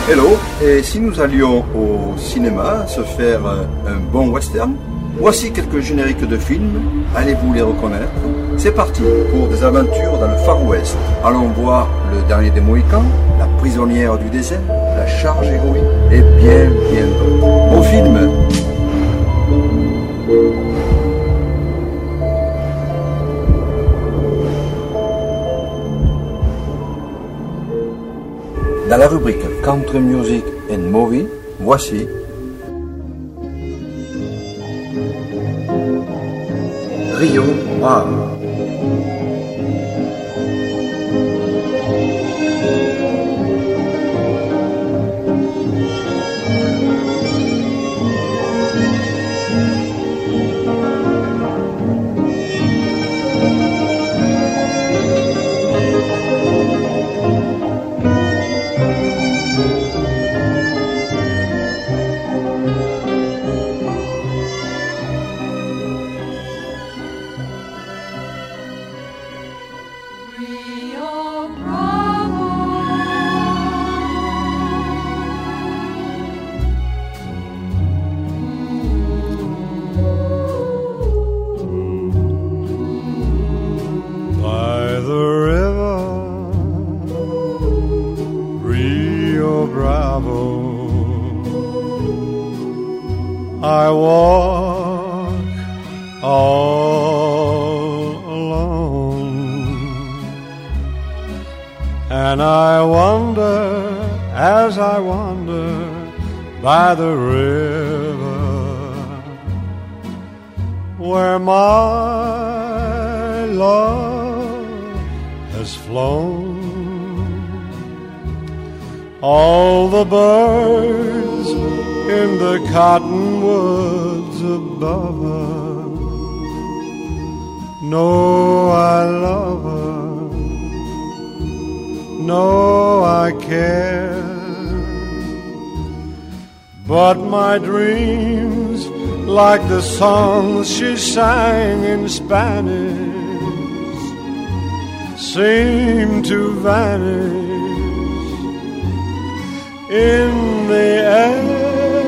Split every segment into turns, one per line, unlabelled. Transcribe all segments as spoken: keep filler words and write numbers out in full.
Hello, et si nous allions au cinéma se faire un bon western? Voici quelques génériques de films, allez-vous les reconnaître? C'est parti pour des aventures dans le Far West. Allons voir Le Dernier des Mohicans, La Prisonnière du désert, La Charge héroïque et bien, bien d'autres. Bon film! Dans la rubrique Country Music and Movie, voici Rio Bravo.
I walk all alone, and I wonder as I wander by the river where my love has flown. All the birds in the cottonwoods above her know I love her, know I care, but my dreams, like the songs she sang in Spanish, seem to vanish in the air.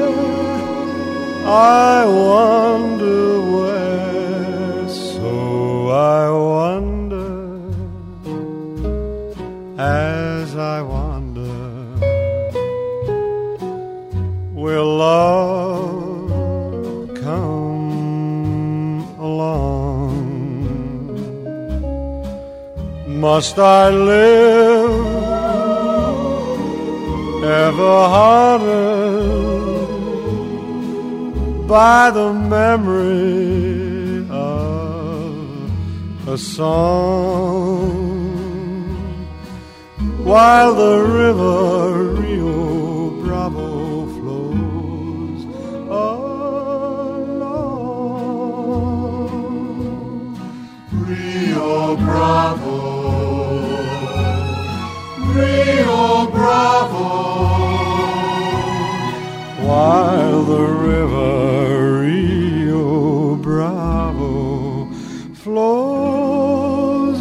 I wonder where, so I wonder as I wonder, will love come along? Must I live ever harder by the memory of a song, while the river Rio Bravo flows along. Rio Bravo, Rio Bravo, while the river Rio Bravo flows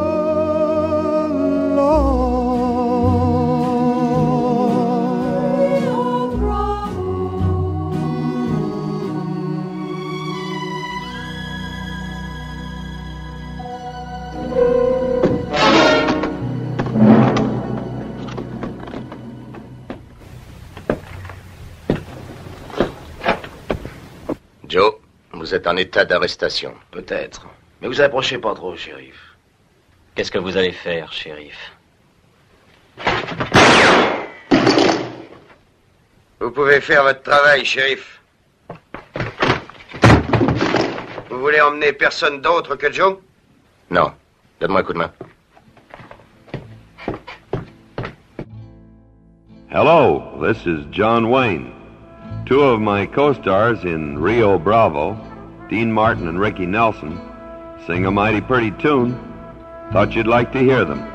along. Rio Bravo.
Joe, vous êtes en état d'arrestation.
Peut-être. Mais vous approchez pas trop, shérif.
Qu'est-ce que vous allez faire, shérif?
Vous pouvez faire votre travail, shérif. Vous voulez emmener personne d'autre que Joe? Non. Donne-moi un coup de main.
Hello, this is John Wayne. Two of my co-stars in Rio Bravo, Dean Martin and Ricky Nelson, sing a mighty pretty tune. Thought you'd like to hear them.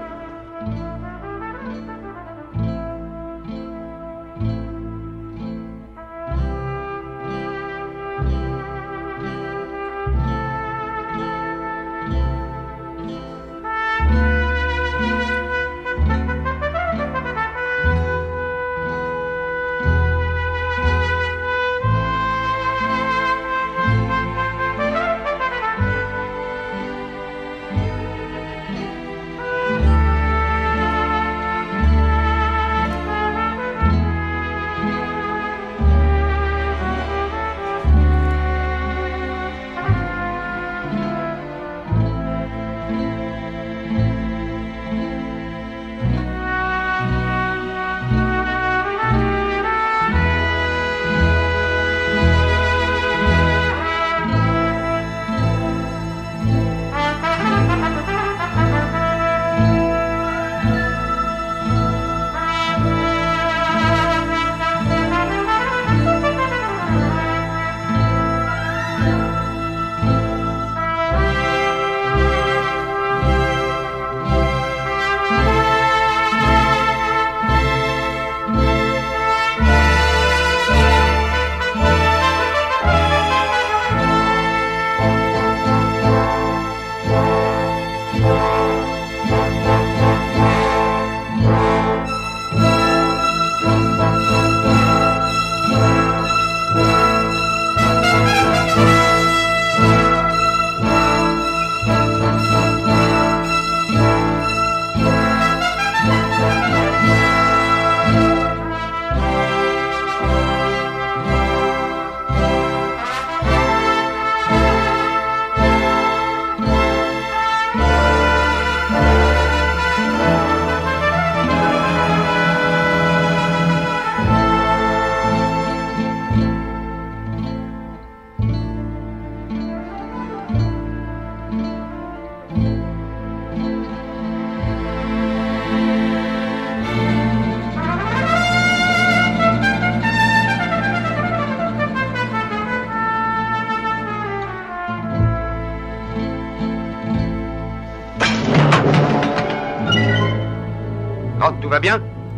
va bien?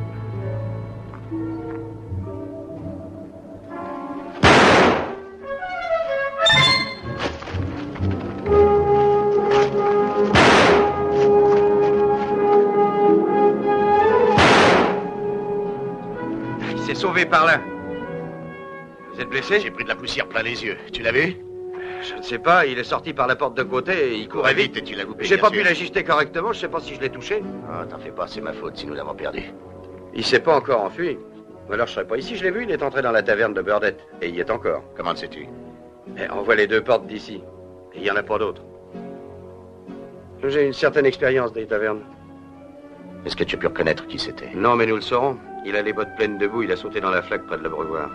Il s'est sauvé par là. Vous êtes blessé?
J'ai pris de la poussière plein les yeux. Tu l'as vu?
Je ne sais pas, il est sorti par la porte de côté et il courait vite.
Et tu l'as loupé.
J'ai
bien
pas
sûr.
pu l'ajuster correctement, je sais pas si je l'ai touché.
Ah, t'en fais pas, c'est ma faute si nous l'avons perdu.
Il s'est pas encore enfui. Ou alors je serais pas ici, je l'ai vu, il est entré dans la taverne de Burdett. Et il y est encore.
Comment le sais-tu?
Et on voit les deux portes d'ici. Et il y en a pas d'autres. J'ai une certaine expérience des tavernes.
Est-ce que tu as pu reconnaître qui c'était?
Non, mais nous le saurons. Il a les bottes pleines de boue, il a sauté dans la flaque près de l'abreuvoir.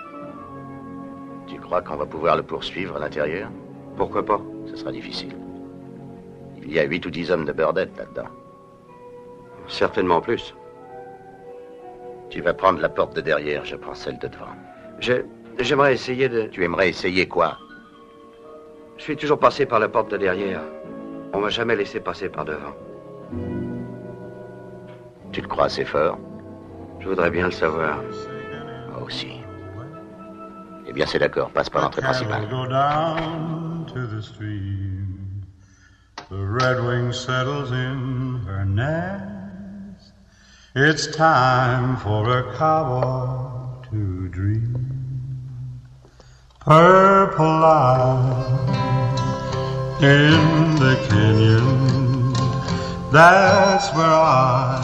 Tu crois qu'on va pouvoir le poursuivre à l'intérieur?
Pourquoi pas?
Ce sera difficile. Il y a huit ou dix hommes de Burdett là-dedans.
Certainement plus.
Tu vas prendre la porte de derrière, je prends celle de devant.
J'ai... J'aimerais essayer de...
Tu aimerais essayer quoi?
Je suis toujours passé par la porte de derrière. On m'a jamais laissé passer par devant.
Tu le crois assez fort?
Je voudrais bien le savoir.
Moi aussi. Eh bien, c'est d'accord. Passe par l'entrée principale.
Cattle go down to the stream. The redwing settles in her nest. It's time for a cowboy to dream. Purple light in the canyon. That's where I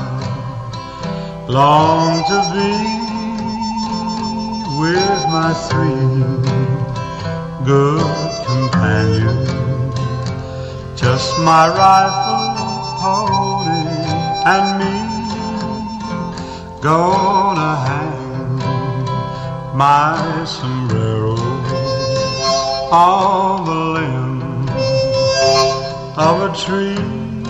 long to be. With my three good companions, just my rifle, pony, and me, gonna hang my sombrero on the limb of a tree.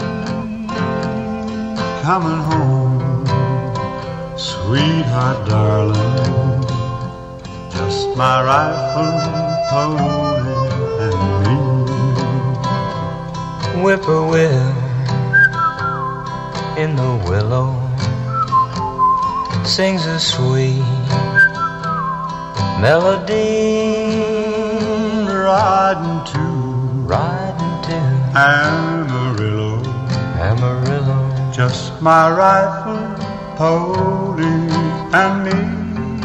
Coming home, sweetheart, darling. Just my rifle, pony, and me.
Whippoorwill in the willow sings a sweet melody.
Riding to,
riding to
Amarillo.
Amarillo.
Just my rifle, pony, and me.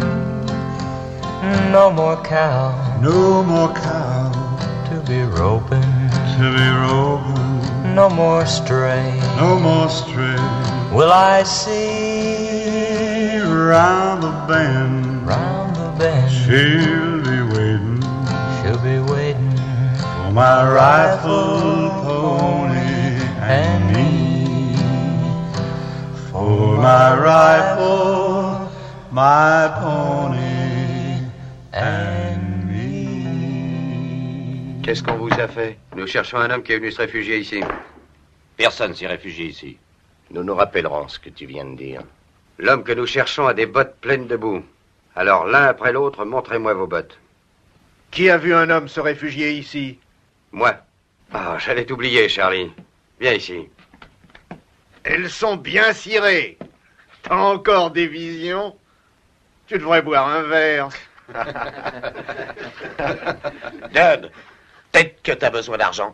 No more cow,
no more cow
to be roping,
to be roping.
No more stray,
no more stray.
Will I see
round the bend,
round the bend?
She'll be waiting,
she'll be waiting
for my rifle, pony, and me. For my rifle, my pony.
Qu'est-ce qu'on vous a fait? Nous cherchons un homme qui est venu se réfugier ici.
Personne s'est réfugié ici. Nous nous rappellerons ce que tu viens de dire.
L'homme que nous cherchons a des bottes pleines de boue. Alors, l'un après l'autre, montrez-moi vos bottes.
Qui a vu un homme se réfugier ici?
Moi. Ah, j'allais t'oublier, Charlie. Viens ici.
Elles sont bien cirées. T'as encore des visions? Tu devrais boire un verre.
Dud, peut-être que t'as besoin d'argent.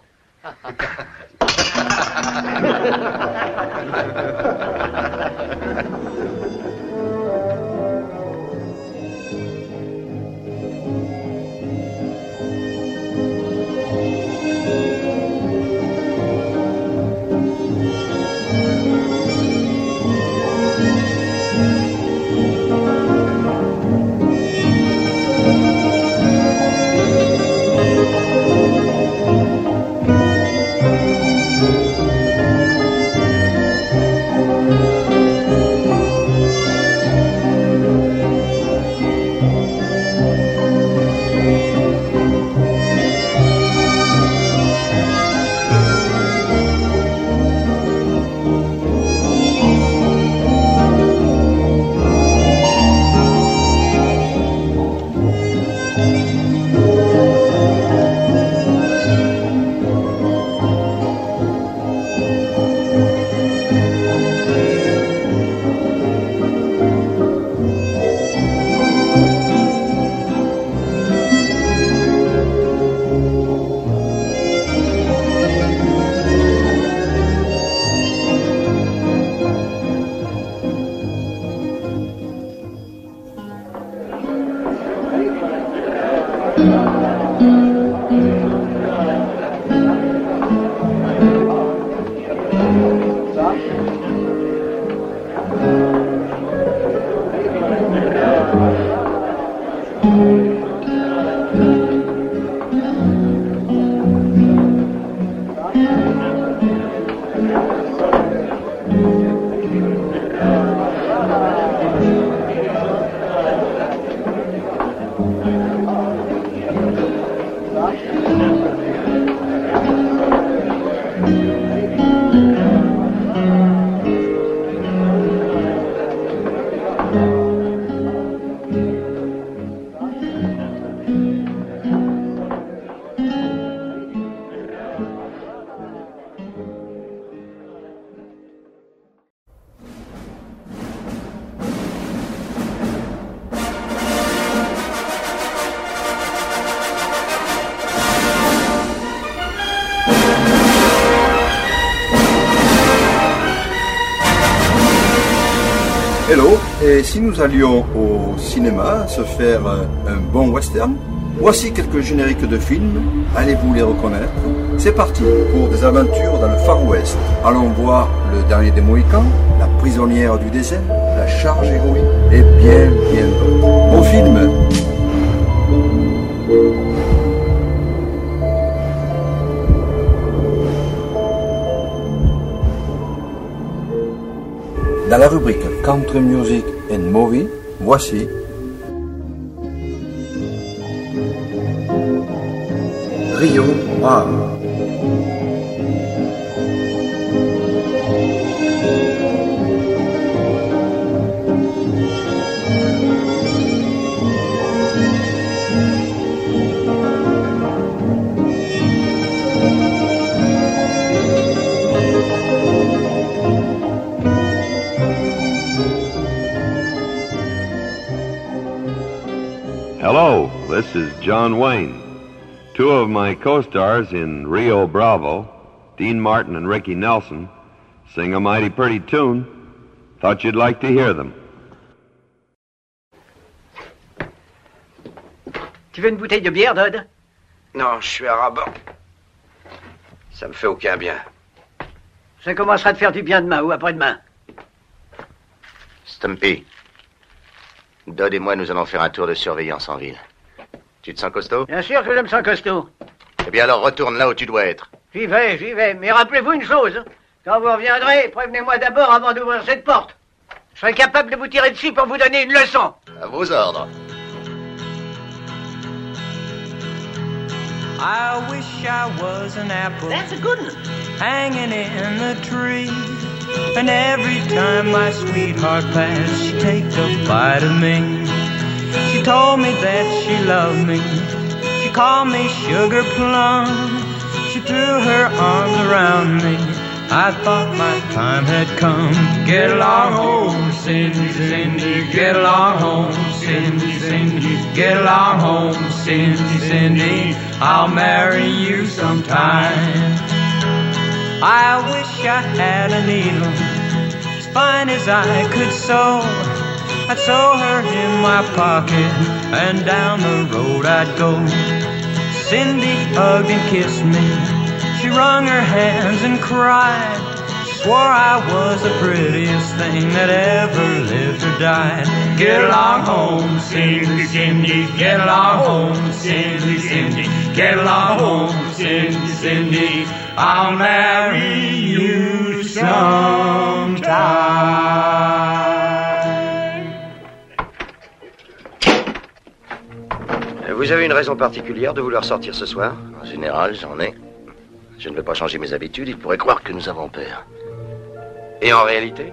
Bon, et si nous allions au cinéma se faire un bon western? Voici quelques génériques de films, allez-vous les reconnaître? C'est parti pour des aventures dans le Far West. Allons voir Le Dernier des Mohicans, La Prisonnière du désert, La Charge héroïque et bien, bien d'autres. Bon film! Dans la rubrique Country Music and Movie, voici Rio Bravo.
Hello, this is John Wayne. Two of my co-stars in Rio Bravo, Dean Martin and Ricky Nelson, sing a mighty pretty tune. Thought you'd like to hear them.
Tu veux une bouteille de bière, Dodd?
Non, je suis à rabat. Ça me fait aucun bien.
Ça commencera à te faire du bien demain ou après-demain.
Stumpy, Dodd et moi, nous allons faire un tour de surveillance en ville. Tu te sens costaud?
Bien sûr que je me sens costaud.
Eh bien alors retourne là où tu dois être.
J'y vais, j'y vais. Mais rappelez-vous une chose. Quand vous reviendrez, prévenez-moi d'abord avant d'ouvrir cette porte. Je serai capable de vous tirer dessus pour vous donner une leçon.
À vos ordres.
I wish I was an apple.
That's a good one.
Hanging in the tree. And every time my sweetheart passed, she'd take a bite of me. She told me that she loved me. She called me Sugar Plum. She threw her arms around me. I thought my time had come. Get along home, Cindy, Cindy. Get along home, Cindy, Cindy. Get along home, Cindy, Cindy. I'll marry you sometime. I wish I had a needle as fine as I could sew. I'd sew her in my pocket and down the road I'd go. Cindy hugged and kissed me. She wrung her hands and cried. She swore I was the prettiest thing that ever lived or died. Get along home, Cindy, Cindy. Get along home, Cindy, Cindy. Get along home, Cindy, Cindy. I'll marry you sometime.
Vous avez une raison particulière de vouloir sortir ce soir?
En général, j'en ai. Je ne veux pas changer mes habitudes, ils pourraient croire que nous avons peur.
Et en réalité?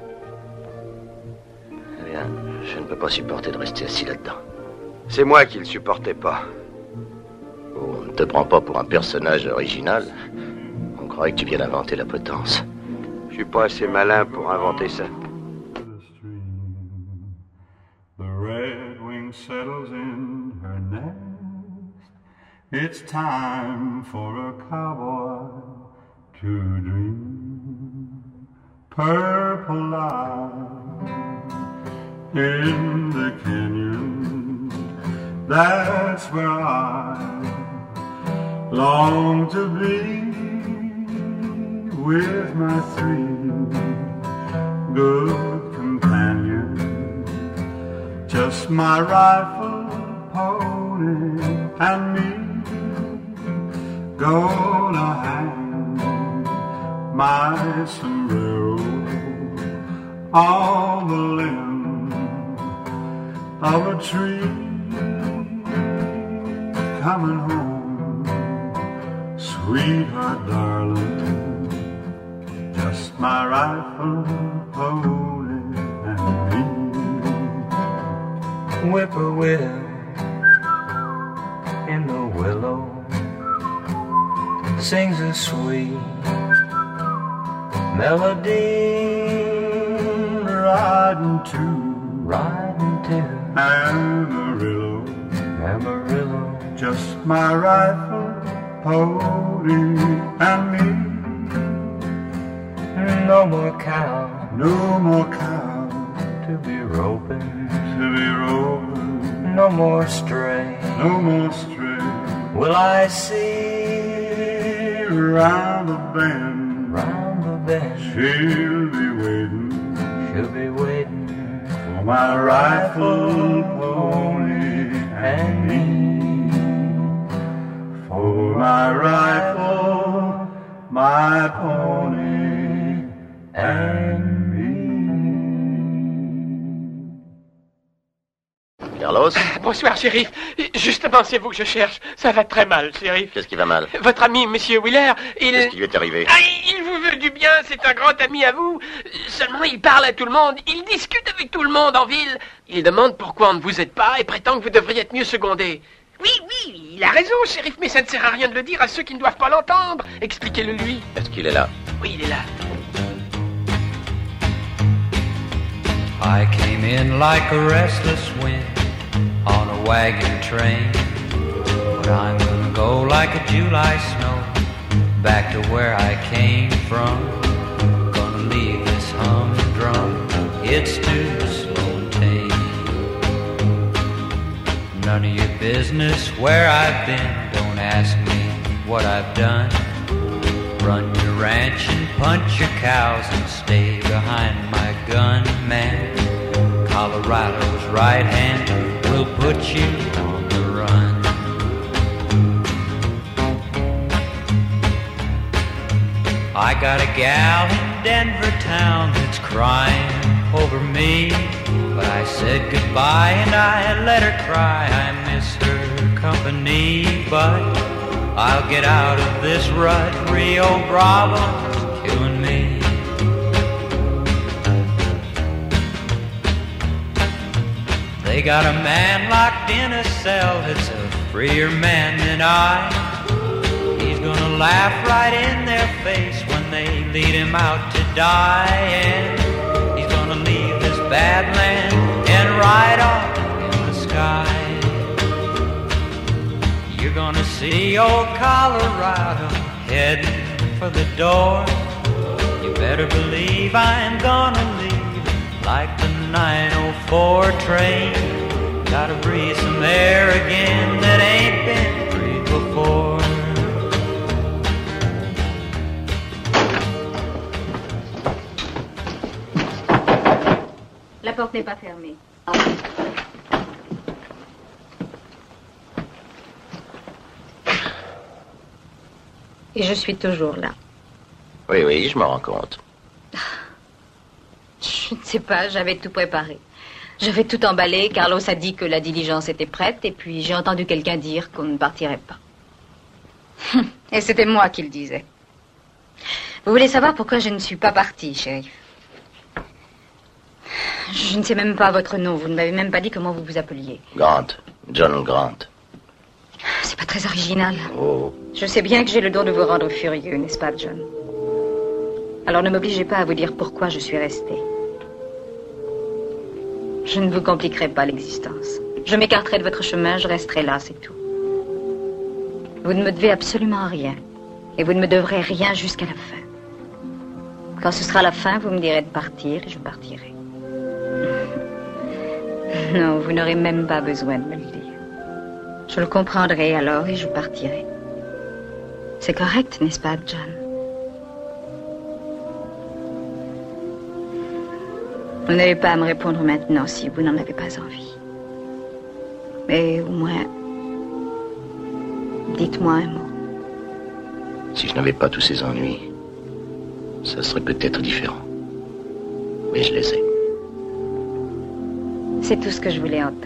Eh bien, je ne peux pas supporter de rester assis là-dedans.
C'est moi qui le supportais pas.
Oh, on ne te prend pas pour un personnage original. On croyait que tu viens d'inventer la potence.
Je suis pas assez malin pour inventer ça.
The redwing settles in her nest. It's time for a cowboy to dream. Purple light in the canyon. That's where I long to be with my three good companions. Just my rifle, pony, and me. Gonna hang my sombrero on the limb of a tree. Coming home, sweetheart, darling. Just my rifle, pony, and me.
Whippoorwill in the willow sings a sweet melody,
riding to,
riding to
Amarillo,
Amarillo.
Just my rifle, pony, and me.
No more cow,
no more cow,
to be roping,
to be roping,
no more stray,
no more stray.
Will I see
round the bend,
round the bend?
She'll be waiting,
she'll be waiting
for my rifle, pony, and me. For my rifle, my pony, and
Carlos?
Bonsoir, shérif. Justement, c'est vous que je cherche. Ça va très mal, shérif.
Qu'est-ce qui va mal?
Votre ami, monsieur Wheeler, il...
Qu'est-ce qui lui est arrivé?
Ah, il vous veut du bien, c'est un grand ami à vous. Seulement, il parle à tout le monde, il discute avec tout le monde en ville. Il demande pourquoi on ne vous aide pas et prétend que vous devriez être mieux secondé. Oui, oui, il a raison, shérif, mais ça ne sert à rien de le dire à ceux qui ne doivent pas l'entendre. Expliquez-le lui.
Est-ce qu'il est là?
Oui, il est là.
I came in like a restless wind on a wagon train, but I'm gonna go like a July snow back to where I came from. Gonna leave this humdrum, it's too slow and tame. None of your business where I've been, don't ask me what I've done. Run your ranch and punch your cows and stay behind my gun, man. Colorado's right hand will put you on the run. I got a gal in Denver town that's crying over me, but I said goodbye and I let her cry. I miss her company, but I'll get out of this rut. Rio Bravo's killing me. They got a man locked in a cell that's a freer man than I. He's gonna laugh right in their face when they lead him out to die. And he's gonna leave this bad land and ride off in the sky. You're gonna see old Colorado heading for the door. You better believe I'm gonna leave like the nine oh four train. Gotta breathe some air again that ain't been breathed before.
La porte n'est pas fermée. Et je suis toujours là.
Oui, oui, je me rends compte.
Je ne sais pas, j'avais tout préparé. J'avais tout emballé, Carlos a dit que la diligence était prête, et puis j'ai entendu quelqu'un dire qu'on ne partirait pas. Et c'était moi qui le disais. Vous voulez savoir pourquoi je ne suis pas partie, shérif? Je ne sais même pas votre nom, vous ne m'avez même pas dit comment vous vous appeliez.
Grant, John Grant.
C'est pas très original.
Oh.
Je sais bien que j'ai le don de vous rendre furieux, n'est-ce pas, John? Alors ne m'obligez pas à vous dire pourquoi je suis restée. Je ne vous compliquerai pas l'existence. Je m'écarterai de votre chemin, je resterai là, c'est tout. Vous ne me devez absolument rien. Et vous ne me devrez rien jusqu'à la fin. Quand ce sera la fin, vous me direz de partir et je partirai. Non, vous n'aurez même pas besoin de me le dire. Je le comprendrai alors et je partirai. C'est correct, n'est-ce pas, John? Vous n'avez pas à me répondre maintenant si vous n'en avez pas envie. Mais au moins, dites-moi un mot.
Si je n'avais pas tous ces ennuis, ça serait peut-être différent. Mais je les ai.
C'est tout ce que je voulais entendre.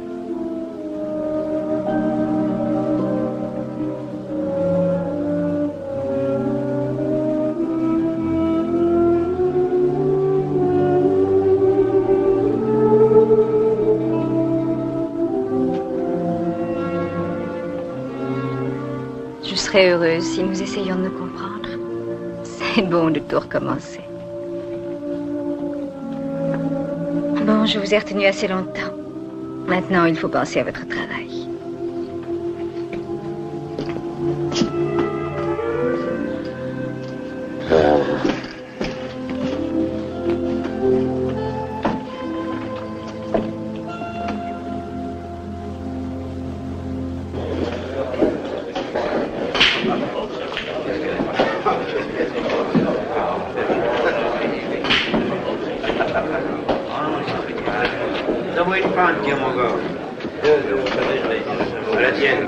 Je serais heureuse si nous essayions de nous comprendre. C'est bon de tout recommencer. Bon, je vous ai retenu assez longtemps. Maintenant, il faut penser à votre travail.
Donne-moi une pinte, tiens, mon gars. La tienne.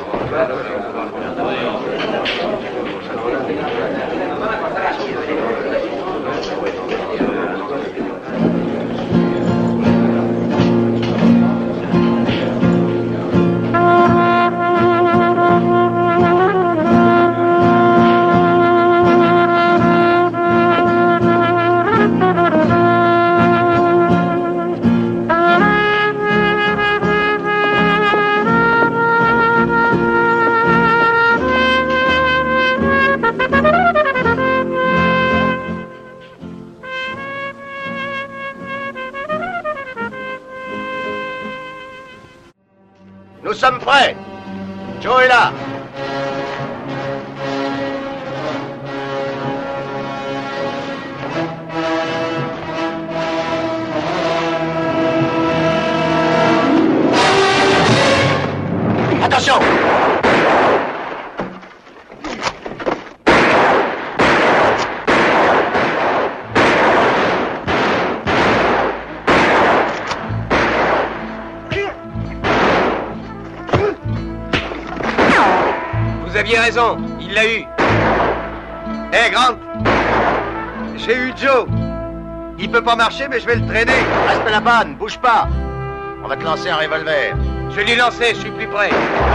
Nous sommes prêts. Joe est là. Attention.
Vous aviez raison, il l'a eu.
Hé, hey, Grant. J'ai eu Joe. Il peut pas marcher, mais je vais le traîner. Reste à la panne, bouge pas. On va te lancer un revolver.
Je l'ai lancé, je suis plus près.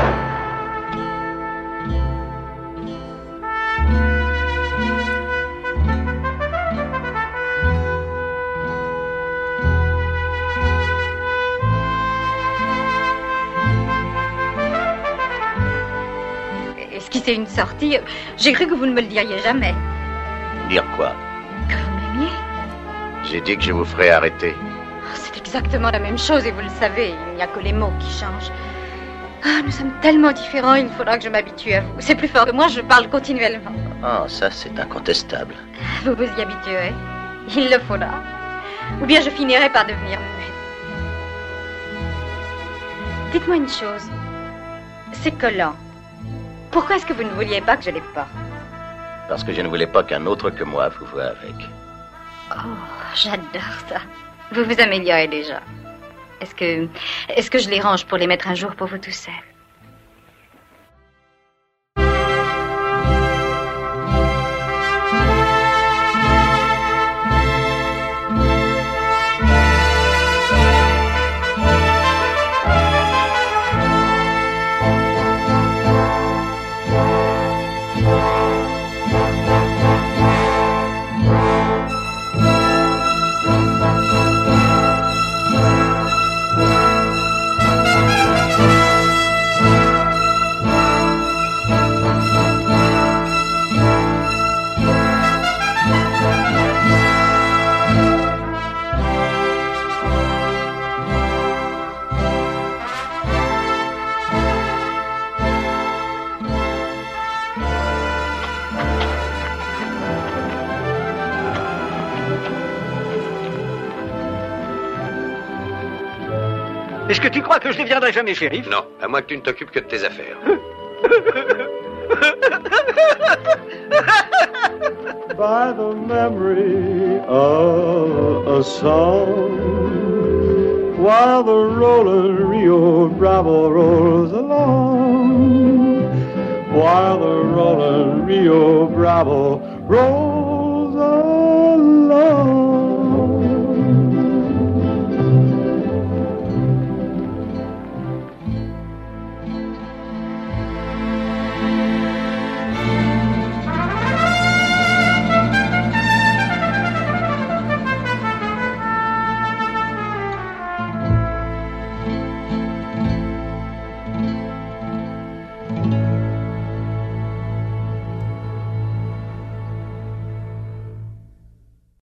Esquisser une sortie, j'ai cru que vous ne me le diriez jamais.
Dire quoi?
Que vous m'aimiez.
J'ai dit que je vous ferais arrêter.
C'est exactement la même chose et vous le savez, il n'y a que les mots qui changent. Ah, nous sommes tellement différents, il faudra que je m'habitue à vous. C'est plus fort que moi, je parle continuellement.
Ah, ça c'est incontestable.
Vous vous y habituerez. Il le faudra. Ou bien je finirai par devenir muette. Dites-moi une chose. Ces collants, pourquoi est-ce que vous ne vouliez pas que je les porte?
Parce que je ne voulais pas qu'un autre que moi vous voie avec.
Oh, j'adore ça. Vous vous améliorez déjà. Est-ce que, est-ce que je les range pour les mettre un jour pour vous tout seul?
Est-ce que tu crois que je ne deviendrai jamais shérif?
Non, à moins que tu ne t'occupes que de tes affaires.
By the memory of a song, while the rolling Rio Bravo rolls along, while the rolling Rio Bravo rolls